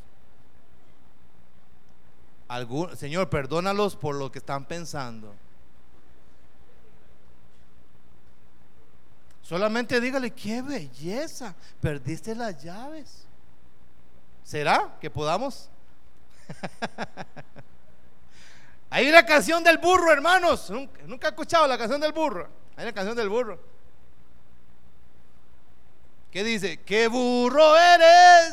Algún, Señor, perdónalos por lo que están pensando. Solamente dígale: ¡qué belleza! Perdiste las llaves. ¿Será que podamos? Hay una canción del burro, hermanos. ¿Nunca, nunca he escuchado la canción del burro? Hay una canción del burro. ¿Qué dice? ¡Qué burro eres!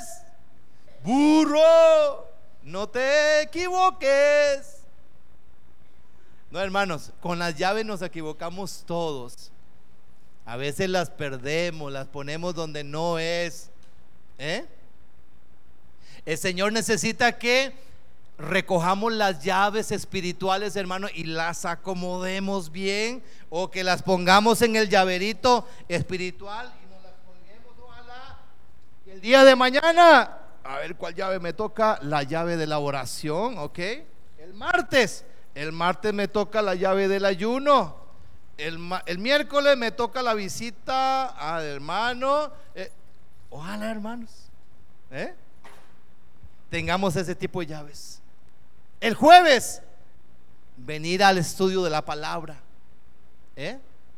Burro, no te equivoques. No, hermanos, con las llaves nos equivocamos todos. A veces las perdemos, las ponemos donde no es. ¿Eh? El Señor necesita que recojamos las llaves espirituales, hermano, y las acomodemos bien, o que las pongamos en el llaverito espiritual y nos las colguemos, ojalá. Y el día de mañana, a ver cuál llave me toca: la llave de la oración, ¿ok? El martes, el martes me toca la llave del ayuno. El, el miércoles me toca la visita al hermano. eh, Ojalá, hermanos, ¿eh? tengamos ese tipo de llaves. El jueves, venir al estudio de la palabra. ¿eh?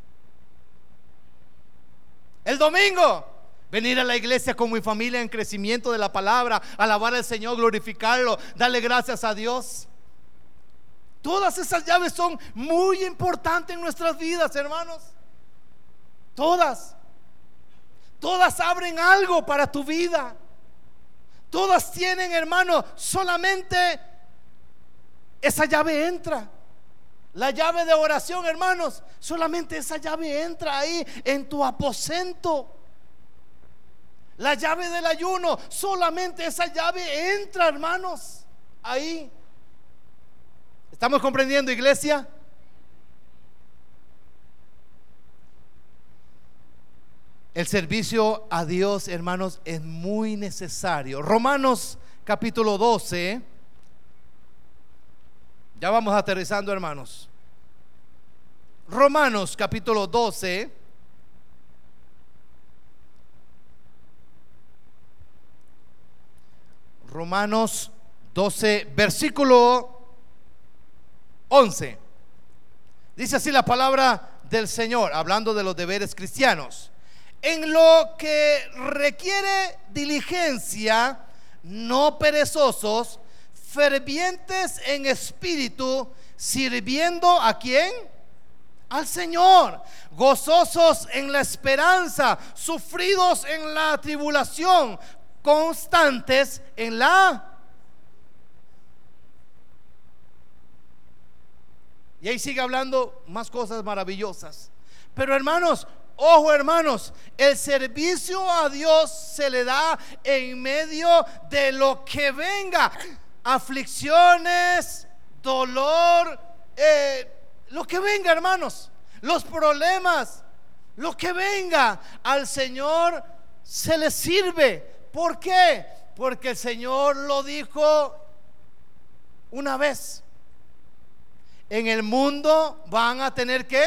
El domingo, venir a la iglesia con mi familia en crecimiento de la palabra, alabar al Señor, glorificarlo, darle gracias a Dios. Todas esas llaves son muy importantes en nuestras vidas, hermanos. Todas. Todas abren algo para tu vida. Todas tienen, hermano, solamente esa llave entra. La llave de oración, hermanos, solamente esa llave entra ahí en tu aposento. La llave del ayuno, solamente esa llave entra, hermanos, ahí. ¿Estamos comprendiendo, iglesia? El servicio a Dios, hermanos, es muy necesario. Romanos capítulo doce. Ya vamos aterrizando, hermanos. Romanos capítulo doce. Romanos doce, versículo once. Dice así la palabra del Señor, hablando de los deberes cristianos: en lo que requiere diligencia, no perezosos, fervientes en espíritu, sirviendo ¿a quién? Al Señor, gozosos en la esperanza, sufridos en la tribulación, constantes en la... Y ahí sigue hablando más cosas maravillosas. Pero hermanos, ojo hermanos, el servicio a Dios se le da en medio de lo que venga. Aflicciones, dolor, eh, lo que venga hermanos, los problemas, lo que venga, al Señor se le sirve. ¿Por qué? Porque el Señor lo dijo una vez: en el mundo van a tener que,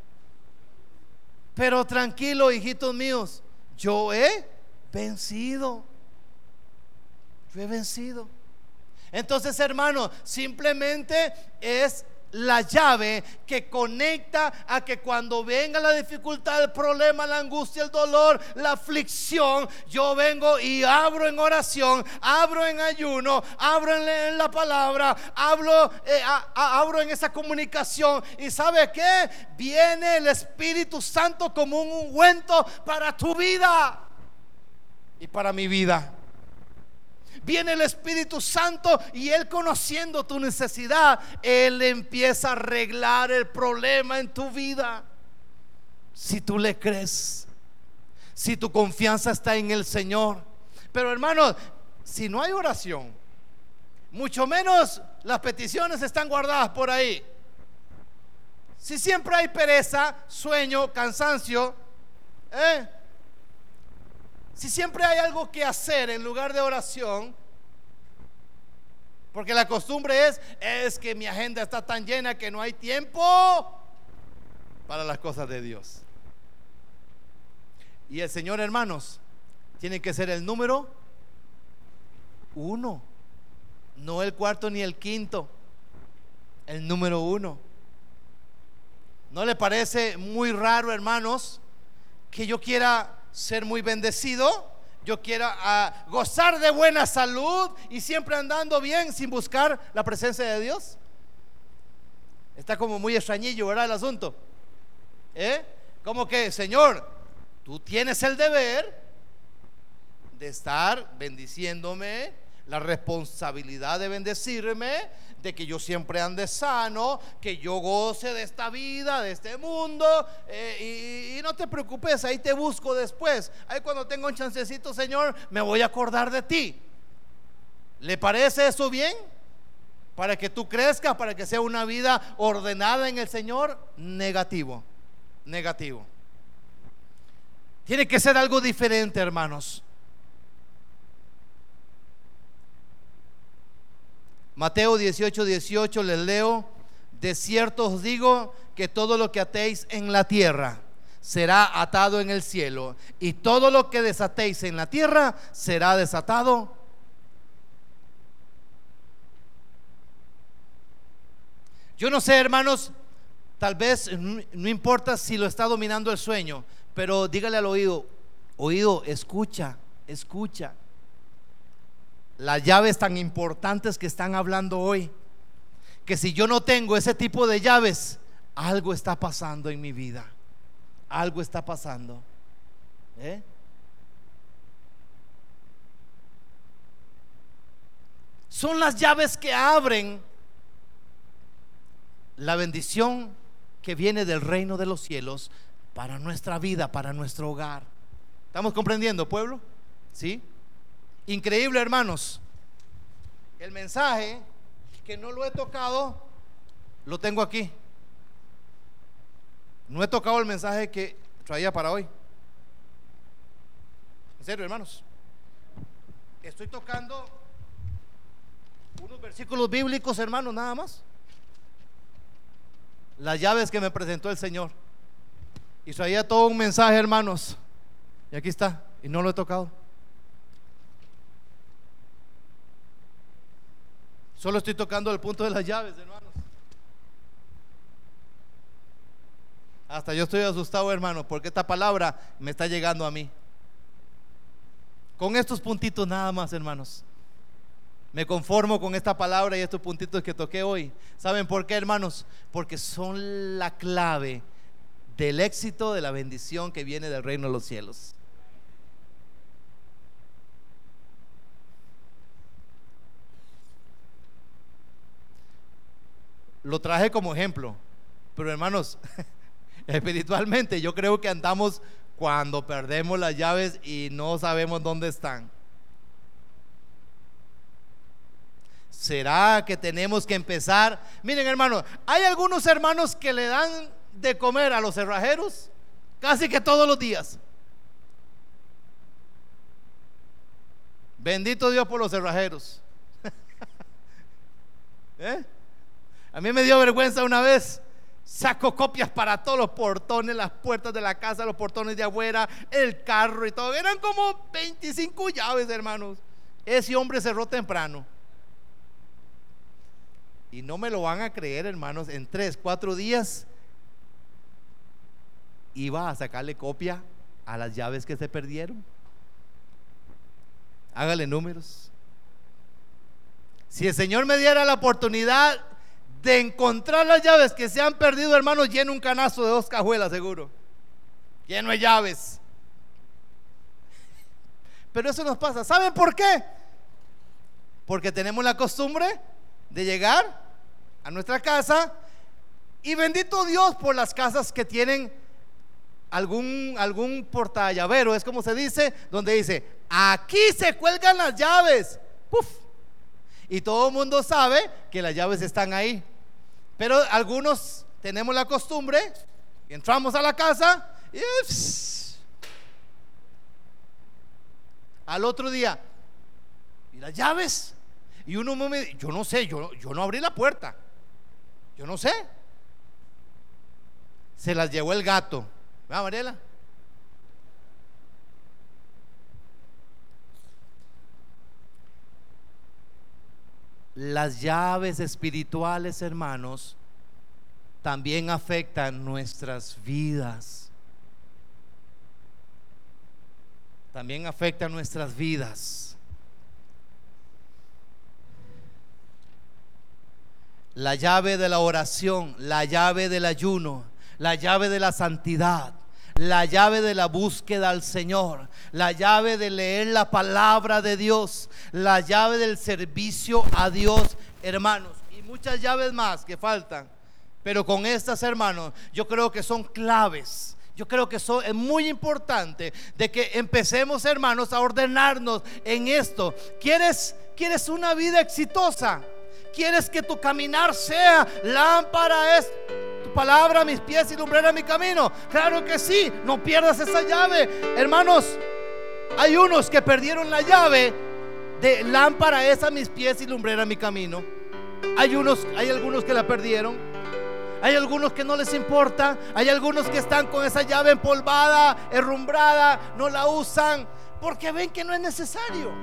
pero tranquilo, hijitos míos, yo he vencido. Yo he vencido. Entonces, hermano, simplemente es la llave que conecta a que cuando venga la dificultad, el problema, la angustia, el dolor, la aflicción, yo vengo y abro en oración, abro en ayuno, abro en, en la palabra, abro, eh, a, a, abro en esa comunicación. Y ¿sabe qué? Viene el Espíritu Santo como un ungüento para tu vida y para mi vida. Viene el Espíritu Santo y Él, conociendo tu necesidad, Él empieza a arreglar el problema en tu vida. Si tú le crees, si tu confianza está en el Señor. Pero hermanos, si no hay oración, mucho menos las peticiones están guardadas por ahí. Si siempre hay pereza, sueño, cansancio, ¿eh? Si siempre hay algo que hacer en lugar de oración, porque la costumbre es es que mi agenda está tan llena que no hay tiempo para las cosas de Dios. Y el Señor, hermanos, tiene que ser el número uno, no el cuarto ni el quinto, el número uno. ¿No le parece muy raro, hermanos, que yo quiera ser muy bendecido, yo quiero uh, gozar de buena salud y siempre andando bien sin buscar la presencia de Dios? Está como muy extrañillo, ¿verdad? El asunto, ¿eh? Como que, Señor, tú tienes el deber de estar bendiciéndome, la responsabilidad de bendecirme, de que yo siempre ande sano, que yo goce de esta vida, de este mundo, eh, y, y no te preocupes, ahí te busco después. Ahí cuando tenga un chancecito, Señor, me voy a acordar de ti. ¿Le parece eso bien? Para que tú crezcas, para que sea una vida ordenada en el Señor. Negativo, negativo. Tiene que ser algo diferente, hermanos. Mateo dieciocho, dieciocho, les leo: de cierto os digo que todo lo que atéis en la tierra será atado en el cielo, y todo lo que desatéis en la tierra será desatado. Yo no sé, hermanos, tal vez no importa si lo está dominando el sueño, pero dígale al oído: oído, escucha, escucha. Las llaves tan importantes que están hablando hoy, que si yo no tengo ese tipo de llaves, algo está pasando en mi vida. Algo está pasando, ¿eh? Son las llaves que abren la bendición que viene del reino de los cielos para nuestra vida, para nuestro hogar. ¿Estamos comprendiendo, pueblo? ¿Sí? Increíble, hermanos. El mensaje, que no lo he tocado, lo tengo aquí. No he tocado el mensaje que traía para hoy. En serio, hermanos. Estoy tocando unos versículos bíblicos, hermanos, nada más. Las llaves que me presentó el Señor. Y traía todo un mensaje, hermanos. Y aquí está, y no lo he tocado. Solo estoy tocando el punto de las llaves, hermanos. Hasta yo estoy asustado, hermano, porque esta palabra me está llegando a mí. Con estos puntitos nada más, hermanos. Me conformo con esta palabra y estos puntitos que toqué hoy. ¿Saben por qué, hermanos? Porque son la clave del éxito, de la bendición que viene del reino de los cielos. lo traje como ejemplo, pero hermanos, espiritualmente yo creo que andamos cuando perdemos las llaves y no sabemos dónde están. ¿Será que tenemos que empezar? Miren, hermanos, hay algunos hermanos que le dan de comer a los cerrajeros casi que todos los días. Bendito Dios por los cerrajeros. ¿Eh? A mí me dio vergüenza una vez. Saco copias para todos los portones, las puertas de la casa, los portones de afuera, el carro y todo. Eran como veinticinco llaves, hermanos. Ese hombre cerró temprano. Y no me lo van a creer, hermanos, en tres, cuatro días iba a sacarle copia a las llaves que se perdieron. Hágale números. Si el Señor me diera la oportunidad de encontrar las llaves que se han perdido, hermanos, lleno un canasto de dos cajuelas seguro, lleno de llaves. Pero eso nos pasa. ¿Saben por qué? Porque tenemos la costumbre de llegar a nuestra casa, y bendito Dios por las casas que tienen algún, algún portallavero, es como se dice, donde dice: aquí se cuelgan las llaves. ¡Puf! Y todo el mundo sabe que las llaves están ahí. Pero algunos tenemos la costumbre, entramos a la casa y pss, al otro día, ¿y las llaves? Y uno me dice: yo no sé, yo, yo no abrí la puerta, yo no sé. Se las llevó el gato. ¿Va, Mariela? Las llaves espirituales, hermanos, también afectan nuestras vidas. También afectan nuestras vidas. La llave de la oración, la llave del ayuno, la llave de la santidad, la llave de la búsqueda al Señor, la llave de leer la palabra de Dios, la llave del servicio a Dios, hermanos, y muchas llaves más que faltan. Pero con estas, hermanos, yo creo que son claves. Yo creo que eso es muy importante, de que empecemos, hermanos, a ordenarnos en esto. ¿Quieres, quieres una vida exitosa? ¿Quieres que tu caminar sea lámpara es tu palabra a mis pies y lumbrera mi camino? Claro que sí, no pierdas esa llave. Hermanos, hay unos que perdieron la llave de lámpara es a mis pies y lumbrera mi camino. Hay unos, hay algunos que la perdieron. Hay algunos que no les importa. Hay algunos que están con esa llave empolvada, herrumbrada, no la usan porque ven que no es necesario.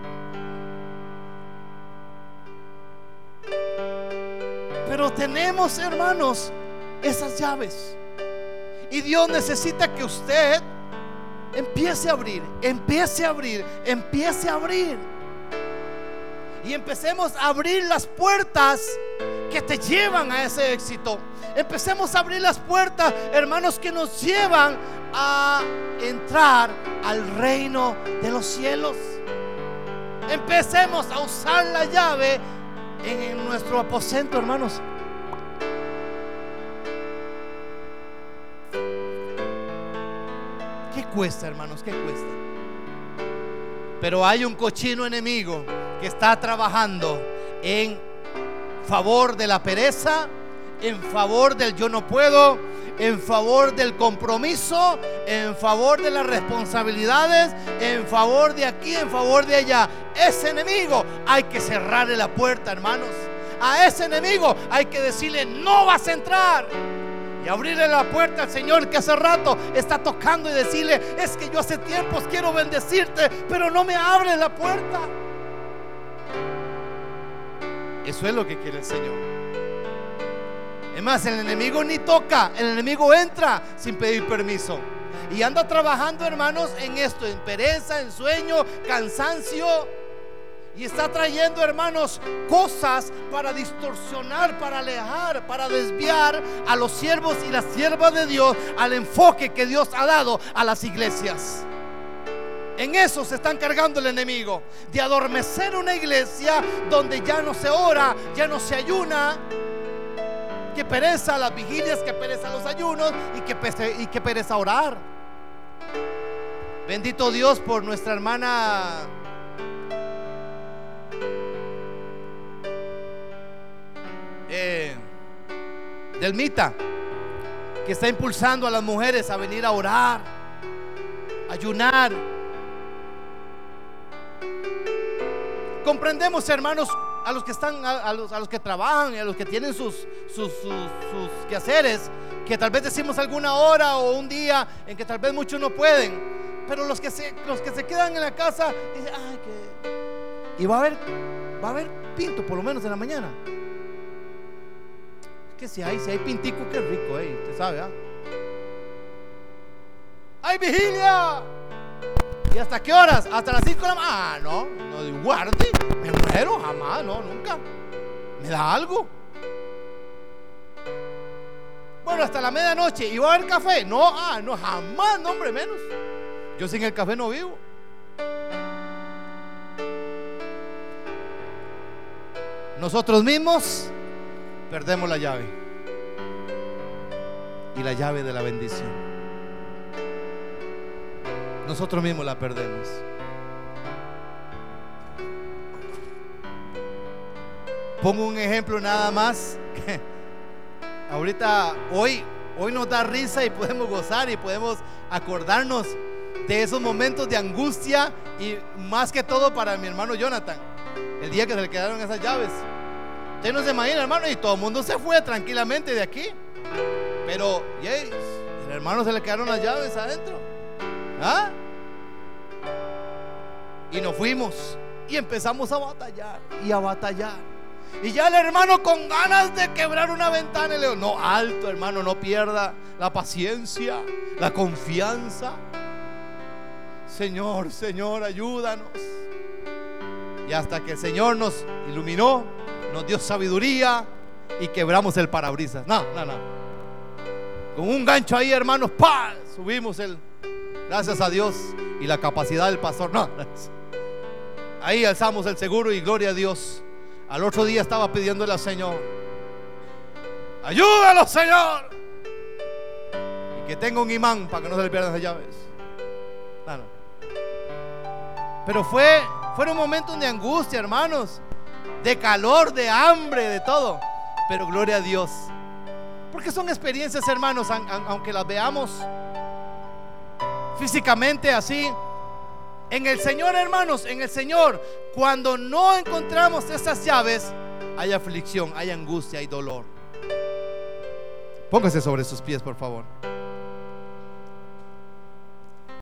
Pero tenemos, hermanos, esas llaves, y Dios necesita que usted empiece a abrir, empiece a abrir, empiece a abrir, y empecemos a abrir las puertas que te llevan a ese éxito. Empecemos a abrir las puertas, hermanos, que nos llevan a entrar al reino de los cielos. Empecemos a usar la llave en, en nuestro aposento, hermanos. ¿Qué cuesta, hermanos? ¿Qué cuesta? Pero hay un cochino enemigo que está trabajando en favor de la pereza, en favor del yo no puedo, en favor del compromiso, en favor de las responsabilidades, en favor de aquí, en favor de allá. Ese enemigo hay que cerrarle la puerta, hermanos. A ese enemigo hay que decirle: no vas a entrar. Y abrirle la puerta al Señor, que hace rato está tocando, y decirle: es que yo hace tiempos quiero bendecirte, pero no me abres la puerta. Eso es lo que quiere el Señor. Es más, el enemigo ni toca, el enemigo entra sin pedir permiso. Y anda trabajando, hermanos, en esto, en pereza, en sueño, cansancio. Y está trayendo, hermanos, cosas para distorsionar, para alejar, para desviar a los siervos y las siervas de Dios al enfoque que Dios ha dado a las iglesias. En eso se está encargando el enemigo, de adormecer una iglesia donde ya no se ora, ya no se ayuna, que pereza las vigilias, que pereza los ayunos y que, pese, y que pereza orar. Bendito Dios por nuestra hermana eh, Delmita, que está impulsando a las mujeres a venir a orar, ayunar. Comprendemos, hermanos, a los que están, a, a, los, a los que trabajan y a los que tienen sus, sus, sus, sus quehaceres, que tal vez decimos alguna hora o un día en que tal vez muchos no pueden, pero los que se, los que se quedan en la casa dicen, ay, que... y va a haber, va a haber pinto por lo menos en la mañana. Es que si hay, si hay pintico, qué rico, eh, usted sabe, ¿ah? ¡Hay vigilia! ¿Y hasta qué horas? Hasta las cinco de la mañana. Ah, no, no, guarde, me muero, jamás, no, nunca. Me da algo. Bueno, hasta la medianoche. ¿Y va a haber café? No, ah, no, jamás, no, hombre, menos. Yo sin el café no vivo. Nosotros mismos perdemos la llave, y la llave de la bendición. Nosotros mismos la perdemos. Pongo un ejemplo nada más. Ahorita, hoy, hoy nos da risa y podemos gozar y podemos acordarnos de esos momentos de angustia, y más que todo para mi hermano Jonathan, el día que se le quedaron esas llaves. Usted no se imagina, hermano, y todo el mundo se fue tranquilamente de aquí, pero yeah, el hermano se le quedaron las llaves adentro. ¿Ah? Y nos fuimos y empezamos a batallar y a batallar. Y ya el hermano con ganas de quebrar una ventana, y le digo, no, alto, hermano, no pierda la paciencia, la confianza. Señor, Señor, ayúdanos. Y hasta que el Señor nos iluminó, nos dio sabiduría y quebramos el parabrisas. No, no, no. Con un gancho ahí, hermanos, ¡pah! Subimos el, gracias a Dios y la capacidad del pastor. No, ahí alzamos el seguro y gloria a Dios. Al otro día estaba pidiéndole al Señor, ayúdalo, Señor, y que tenga un imán para que no se le pierdan las llaves. No, no. Pero fue, fueron momentos de angustia, hermanos, de calor, de hambre, de todo. Pero gloria a Dios, porque son experiencias, hermanos, aunque las veamos físicamente así, en el Señor, hermanos, en el Señor, cuando no encontramos esas llaves, hay aflicción, hay angustia, hay dolor. Póngase sobre sus pies, por favor.